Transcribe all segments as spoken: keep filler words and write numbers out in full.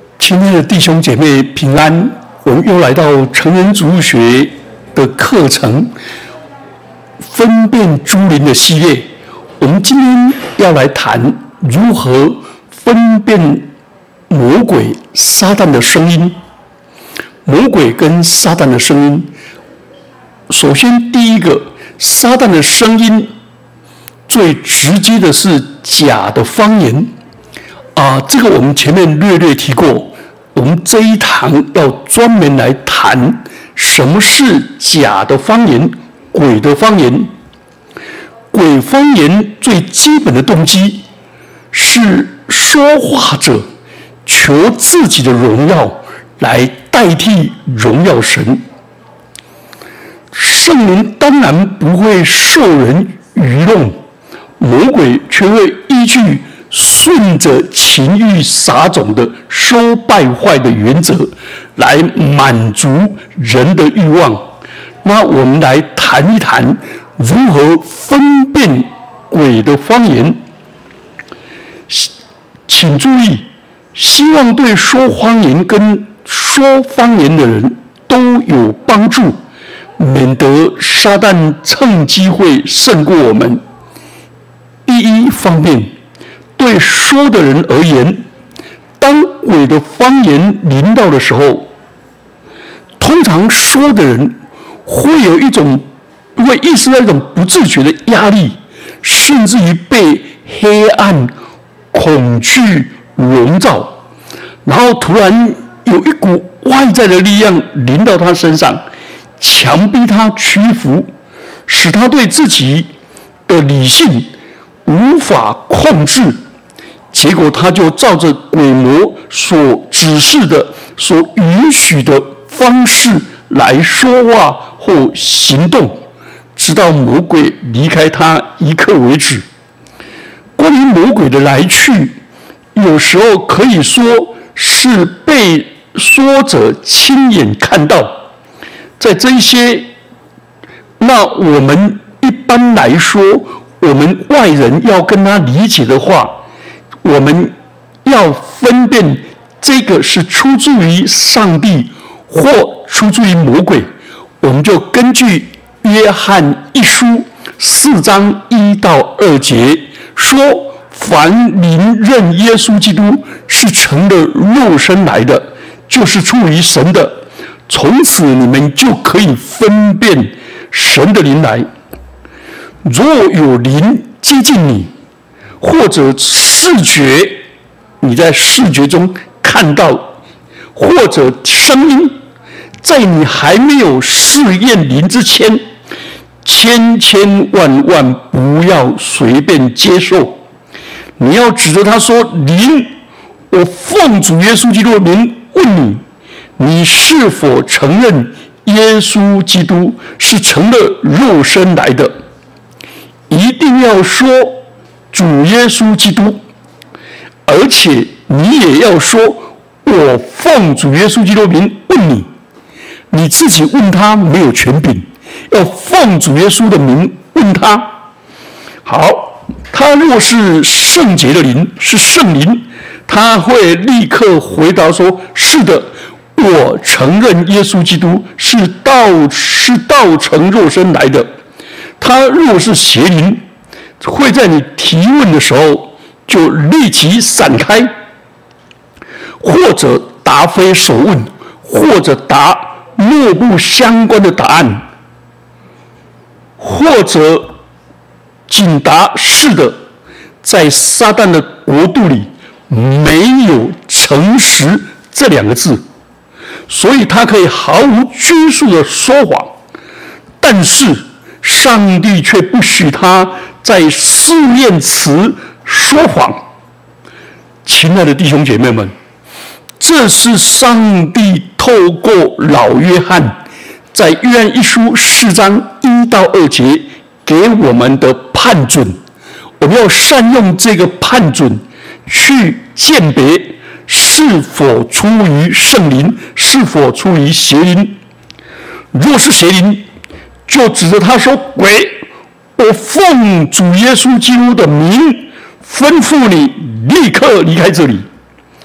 亲爱的弟兄姐妹平安，我们又来到成人主日学的课程，分辨诸灵的系列。我们今天要来谈如何分辨魔鬼撒旦的声音。魔鬼跟撒旦的声音，首先第一个，撒旦的声音最直接的是假的方言啊，这个我们前面略略提过。我们这一堂要专门来谈什么是假的方言、鬼的方言。鬼方言最基本的动机是说话者求自己的荣耀来代替荣耀神。圣灵当然不会受人愚弄，魔鬼却会依据顺着情欲撒种的收败坏的原则来满足人的欲望。那我们来谈一谈如何分辨鬼的方言。请注意，希望对说方言跟说方言的人都有帮助，免得撒旦趁机会胜过我们。第一方面，对说的人而言，当鬼的方言临到的时候，通常说的人会有一种会意识到一种不自觉的压力，甚至于被黑暗、恐惧笼罩，然后突然有一股外在的力量临到他身上，强逼他屈服，使他对自己的理性无法控制。结果他就照着鬼魔所指示的、所允许的方式来说话或行动，直到魔鬼离开他一刻为止。关于魔鬼的来去，有时候可以说是被说者亲眼看到。在这些，那我们一般来说，我们外人要跟他理解的话，我们要分辨这个是出自于上帝或出自于魔鬼，我们就根据约翰一书四章一到二节说，凡您认耶稣基督是成了肉身来的，就是出于神的，从此你们就可以分辨神的灵来。若有灵接近你，或者视觉，你在视觉中看到，或者声音，在你还没有试验灵之前，千千万万不要随便接受。你要指着他说，灵，我奉主耶稣基督的名问你，你是否承认耶稣基督是成了肉身来的？一定要说主耶稣基督，而且你也要说，我奉主耶稣基督的名问你。你自己问他没有权柄，要奉主耶稣的名问他。好，他若是圣洁的灵，是圣灵，他会立刻回答说，是的，我承认耶稣基督是道是道成肉身来的。他若是邪灵，会在你提问的时候就立即闪开，或者答非所问，或者答莫不相关的答案，或者仅答是的。在撒旦的国度里，没有诚实这两个字，所以他可以毫无拘束的说谎，但是上帝却不许他在试验词说谎。亲爱的弟兄姐妹们，这是上帝透过老约翰在约翰一书四章一到二节给我们的判准。我们要善用这个判准去鉴别是否出于圣灵，是否出于邪灵。若是邪灵，就指着他说，鬼，我奉主耶稣基督的名吩咐你立刻离开这里。他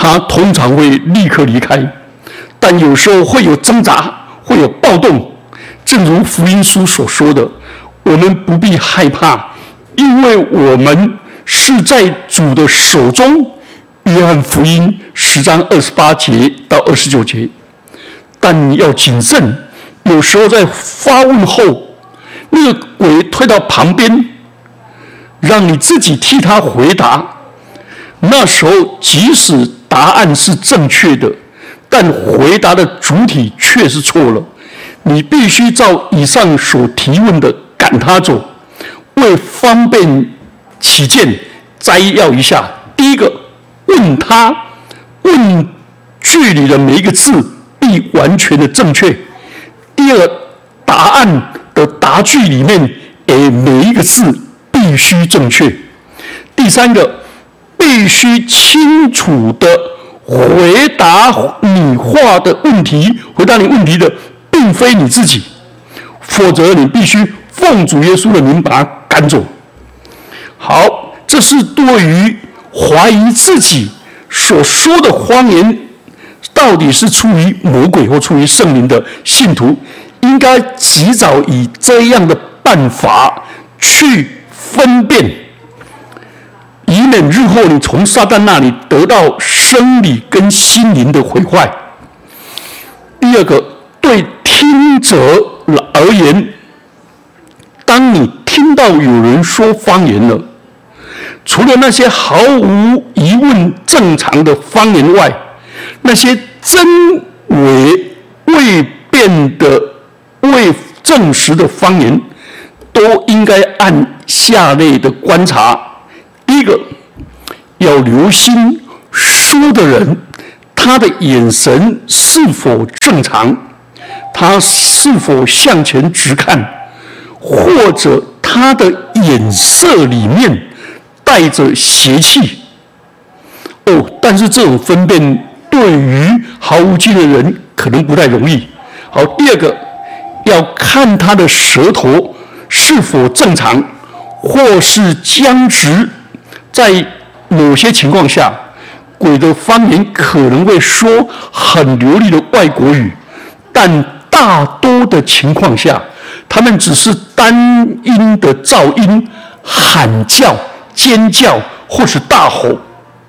他通常会立刻离开，但有时候会有挣扎，会有暴动。正如福音书所说的，我们不必害怕，因为我们是在主的手中。约翰福音十章二十八节到二十九节。但要谨慎，有时候在发问后，那个鬼推到旁边，让你自己替他回答。那时候，即使答案是正确的，但回答的主体却是错了。你必须照以上所提问的赶他走。为方便起见，摘要一下：第一个，问他问句里的每一个字必完全的正确；第二，答案的答句里面，诶，每一个字必须正确；第三个，必须清楚的回答你话的问题，回答你问题的并非你自己，否则你必须奉主耶稣的名把他赶走。好，这是对于怀疑自己所说的谎言到底是出于魔鬼或出于圣灵的信徒，应该及早以这样的办法去分辨，以免日后你从撒旦那里得到生理跟心灵的毁坏。第二个，对听者而言，当你听到有人说方言了，除了那些毫无疑问正常的方言外，那些真伪未辨的未证实的方言，都应该按下列的观察。第一个，要留心说的人，他的眼神是否正常，他是否向前直看，或者他的眼色里面带着邪气。哦，但是这种分辨对于毫无经验的人可能不太容易。好，第二个，要看他的舌头是否正常，或是僵直。在某些情况下，鬼的方言可能会说很流利的外国语，但大多的情况下，他们只是单音的噪音、喊叫、尖叫或是大吼。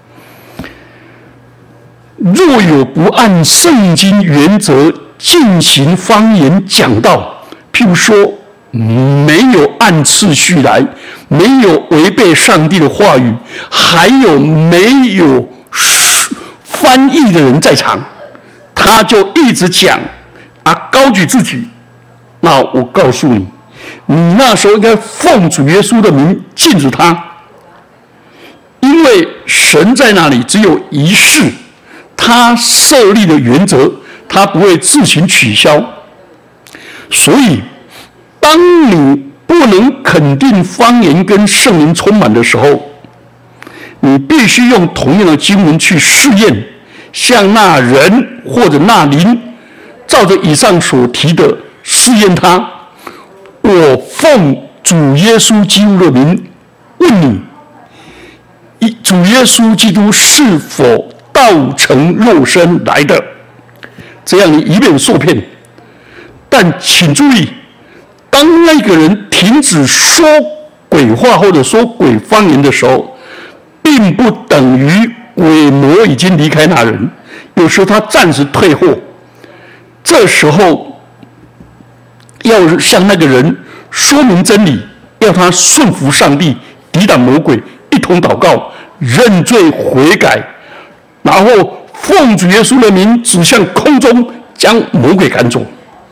若有不按圣经原则进行方言讲道，譬如说没有按次序来，没有违背上帝的话语，还有没有翻译的人在场，他就一直讲啊，高举自己。那我告诉你，你那时候应该奉主耶稣的名禁止他，因为神在那里只有一事，他设立的原则，他不会自行取消。所以当你不能肯定方言跟圣灵充满的时候，你必须用同样的经文去试验，像那人或者那灵，照着以上所提的试验他。我奉主耶稣基督的名问你，主耶稣基督是否道成肉身来的？这样你以免受骗。但请注意，当那个人停止说鬼话或者说鬼方言的时候，并不等于鬼魔已经离开那人，有时候他暂时退后。这时候要向那个人说明真理，要他顺服上帝，抵挡魔鬼，一同祷告，认罪悔改，然后奉主耶稣的名指向空中，将魔鬼赶走。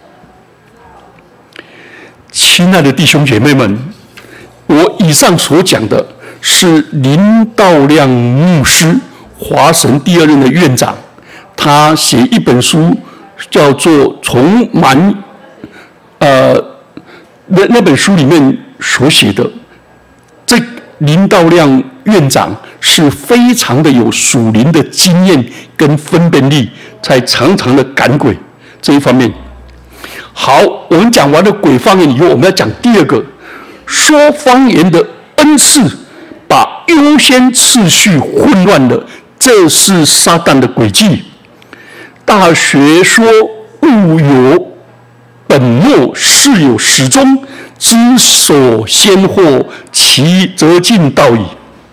亲爱的弟兄姐妹们，我以上所讲的是林道亮牧师，华神第二任的院长，他写一本书叫做《从蛮》，呃，那那本书里面所写的。这林道亮院长是非常的有属灵的经验跟分辨力，才常常的赶鬼这一方面。好，我们讲完了鬼方言以后，我们要讲第二个，说方言的恩赐把优先次序混乱了， 这是撒旦的诡计。大学说物有本末，事有始终，知所先后，其则近道矣。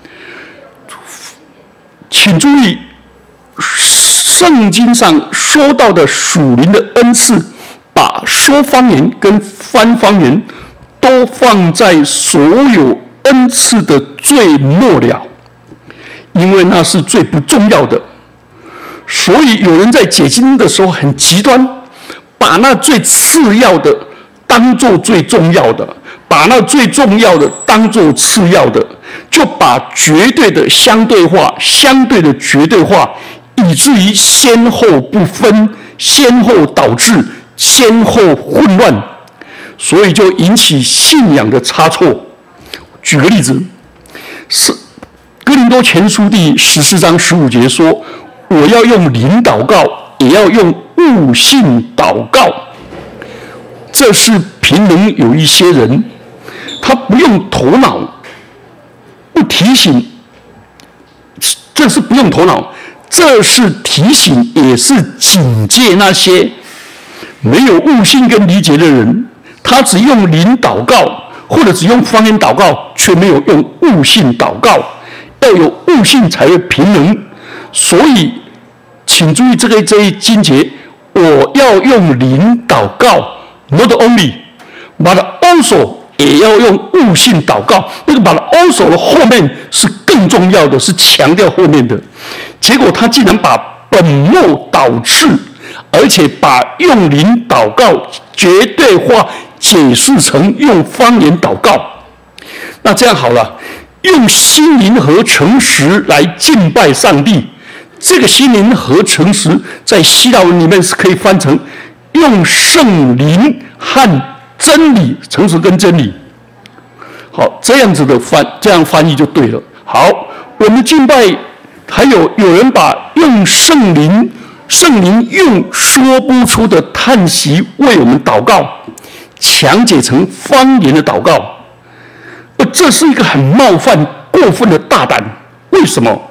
请注意，圣经上说到的属灵的恩赐，把说方言跟翻方言都放在所有恩赐的最末了，因为那是最不重要的。所以有人在解经的时候很极端，把那最次要的当作最重要的，把那最重要的当作次要的，就把绝对的相对化，相对的绝对化，以至于先后不分，先后导致先后混乱，所以就引起信仰的差错。举个例子，是哥林多前书第十四章十五节说：“我要用灵祷告，也要用悟性祷告。”这是凭能有一些人，他不用头脑，不提醒，这是不用头脑，这是提醒，也是警戒那些没有悟性跟理解的人。他只用灵祷告，或者只用方言祷告，却没有用悟性祷告。要有悟性才会凭能。所以，请注意这个这一经节，我要用灵祷告。Not only, but also 也要用悟性祷告。那个 but also 的后面是更重要的，是强调后面的。结果他竟然把本末倒置，而且把用灵祷告绝对化解释成用方言祷告。那这样好了，用心灵和诚实来敬拜上帝。这个心灵和诚实，在希腊文里面是可以翻成用圣灵和真理，诚实跟真理。好，这样子的翻，这样翻译就对了。好，我们敬拜还有有人把用圣灵，圣灵用说不出的叹息为我们祷告，强解成方言的祷告，而这是一个很冒犯、过分的大胆。为什么？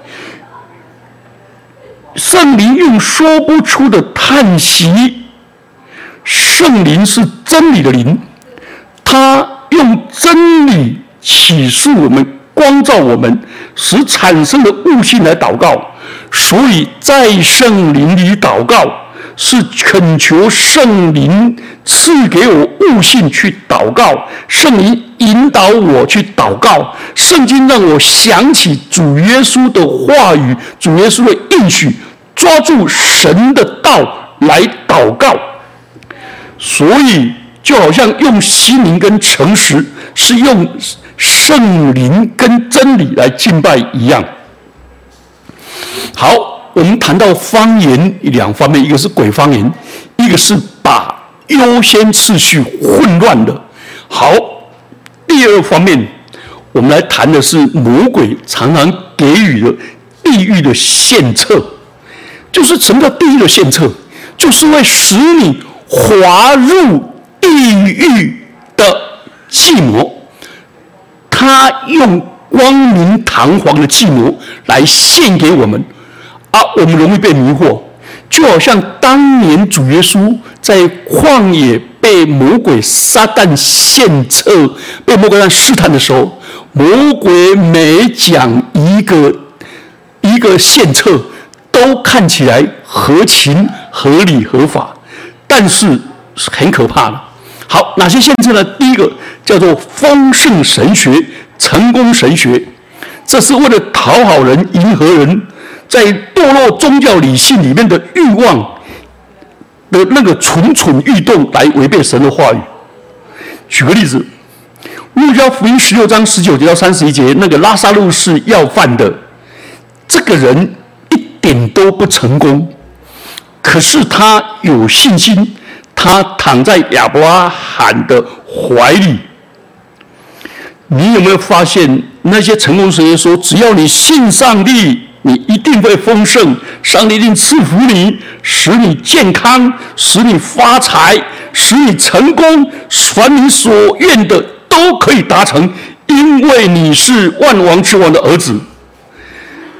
圣灵用说不出的叹息，圣灵是真理的灵，他用真理启示我们，光照我们，使产生的悟性来祷告。所以在圣灵里祷告，是恳求圣灵赐给我悟性去祷告，圣灵引导我去祷告。圣经让我想起主耶稣的话语，主耶稣的应许，抓住神的道来祷告。所以就好像用心灵跟诚实，是用圣灵跟真理来敬拜一样。好，我们谈到方言两方面，一个是鬼方言，一个是把优先次序混乱了。好，第二方面，我们来谈的是魔鬼常常给予的地狱的献策。就是什么叫地狱的献策？就是会使你滑入地狱的计谋。他用光明堂皇的计谋来献给我们，啊，我们容易被迷惑。就好像当年主耶稣在旷野被魔鬼撒旦献策，被魔鬼撒旦试探的时候，魔鬼每讲一个一个献策，都看起来合情、合理、合法，但是很可怕的。好，哪些献策呢？第一个叫做丰盛神学、成功神学，这是为了讨好人、迎合人，在堕落宗教理性里面的欲望的那个蠢蠢欲动，来违背神的话语。举个例子，路加福音十六章十九节到三十一节，那个拉撒路是要饭的，这个人一点都不成功，可是他有信心，他躺在亚伯拉罕的怀里。你有没有发现，那些成功神学说，只要你信上帝，你一定会丰盛，上帝一定赐福你，使你健康，使你发财，使你成功，凡你所愿的都可以达成，因为你是万王之王的儿子。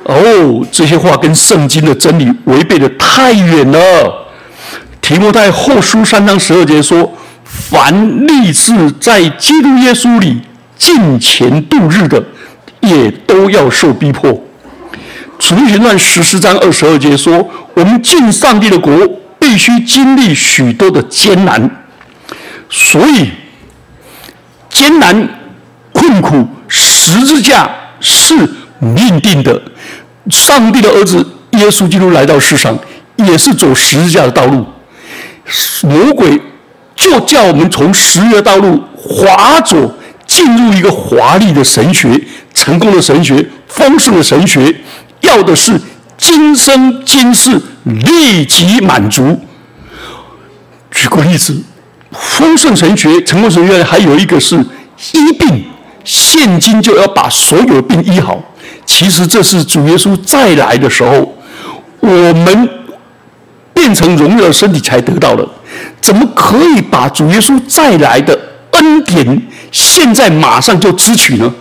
哦，这些话跟圣经的真理违背的太远了。提摩太后书三章十二节说：“凡立志在基督耶稣里敬虔度日的，也都要受逼迫。”使徒行传十四章二十二节说：“我们进上帝的国，必须经历许多的艰难。”所以，艰难、困苦、十字架是命定的。上帝的儿子耶稣基督来到世上，也是走十字架的道路。魔鬼就叫我们从十字架的道路滑走，进入一个华丽的神学、成功的神学、丰盛的神学，要的是今生今世立即满足。举个例子，丰盛神学、成功神学还有一个是医病，现今就要把所有的病医好。其实这是主耶稣再来的时候，我们变成荣耀的身体才得到的。怎么可以把主耶稣再来的恩典现在马上就支取呢？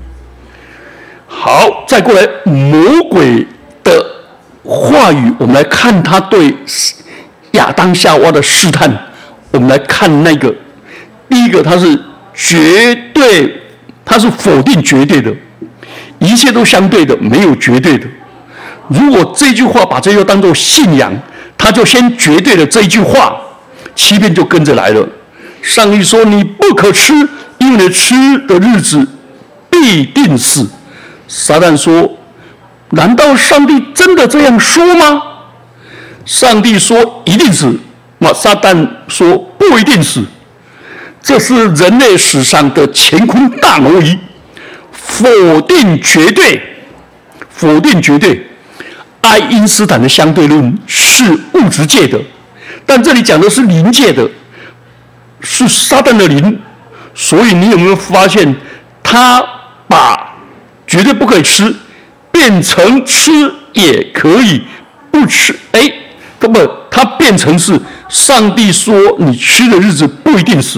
好，再过来魔鬼的话语，我们来看他对亚当夏娃的试探。我们来看那个第一个，他是绝对，他是否定绝对的，一切都相对的，没有绝对的。如果这句话把这句话当作信仰，他就先绝对的这一句话，欺骗就跟着来了。上帝说：“你不可吃，因为你吃的日子必定死。”撒旦说：“难道上帝真的这样说吗？”上帝说：“一定死。”那撒旦说：“不一定死。”这是人类史上的乾坤大挪移，否定绝对，否定绝对。爱因斯坦的相对论是物质界的，但这里讲的是灵界的，是撒旦的灵。所以你有没有发现，他把绝对不可以吃变成吃也可以，不吃，哎，根本他变成是上帝说你吃的日子不一定死。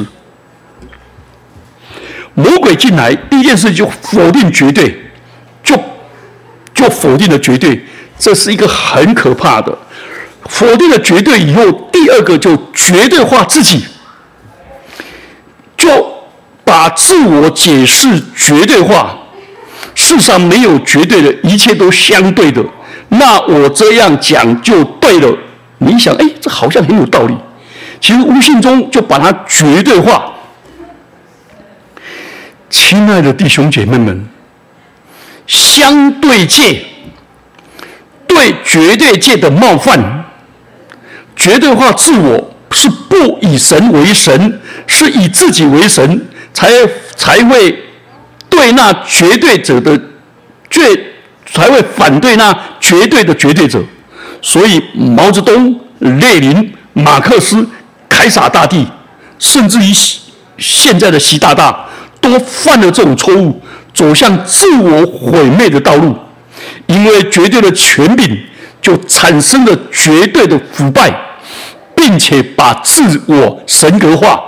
魔鬼进来，第一件事就否定绝对，就就否定了绝对，这是一个很可怕的。否定了绝对以后，第二个就绝对化自己，就把自我解释绝对化。世上没有绝对的，一切都相对的。那我这样讲就对了。你想，哎，这好像很有道理。其实无形中就把它绝对化。亲爱的弟兄姐妹们，相对界对绝对界的冒犯，绝对化自我是不以神为神，是以自己为神，才才会对那绝对者的绝，才会反对那绝对的绝对者。所以毛泽东、列宁、马克思、凯撒大帝，甚至于现在的习大大，都犯了这种错误，走向自我毁灭的道路。因为绝对的权柄，就产生了绝对的腐败，并且把自我神格化。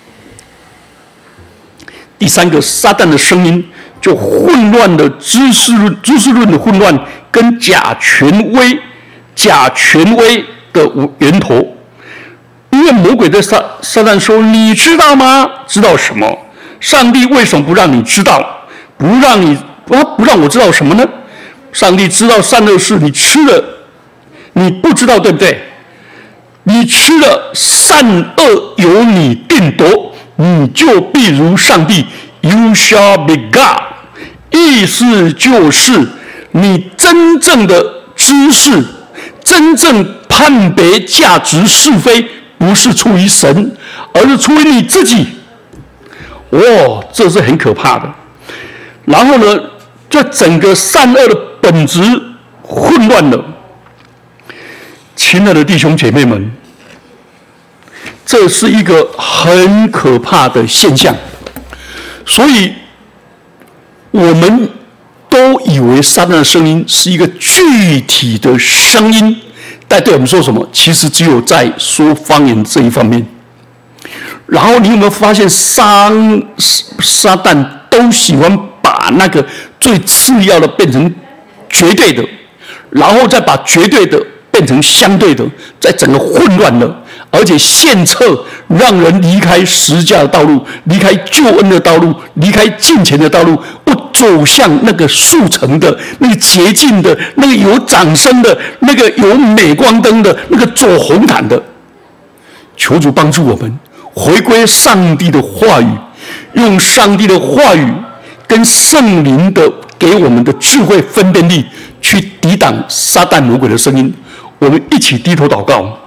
第三个，撒旦的声音就混乱的知识论，知识论的混乱跟假权威、假权威的源头。因为魔鬼对撒撒旦说：“你知道吗？知道什么？上帝为什么不让你知道？不让你啊？不让我知道什么呢？上帝知道善恶事，你吃了，你不知道，对不对？你吃了善恶由你定夺，你就必如上帝 ，You shall be God。意思就是你真正的知识，真正判别价值是非，不是出于神，而是出于你自己。哦，这是很可怕的。然后呢，这整个善恶的本质混乱了。亲爱的弟兄姐妹们，这是一个很可怕的现象。所以，我们都以为撒旦的声音是一个具体的声音，但对我们说什么？其实只有在说方言这一方面。然后你有没有发现撒撒旦都喜欢把那个最次要的变成绝对的，然后再把绝对的变成相对的，在整个混乱的，而且献策让人离开十架的道路，离开救恩的道路，离开敬虔的道路，不走向那个速成的、那个洁净的、那个有掌声的、那个有镁光灯的、那个走红毯的。求主帮助我们回归上帝的话语，用上帝的话语跟圣灵的给我们的智慧分辨力，去抵挡撒旦魔鬼的声音。我们一起低头祷告。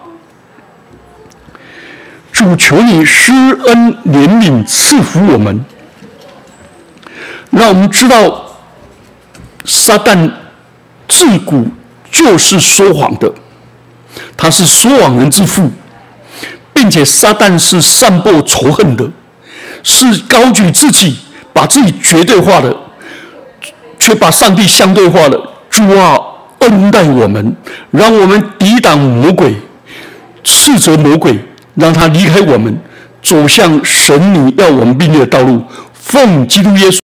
主，求你施恩怜悯赐福我们，让我们知道撒旦自古就是说谎的，他是说谎人之父，并且撒旦是散播仇恨的，是高举自己，把自己绝对化的，却把上帝相对化了。主啊，恩待我们，让我们抵挡魔鬼，斥责魔鬼，让他离开我们，走向神你要我们命令的道路。奉基督耶稣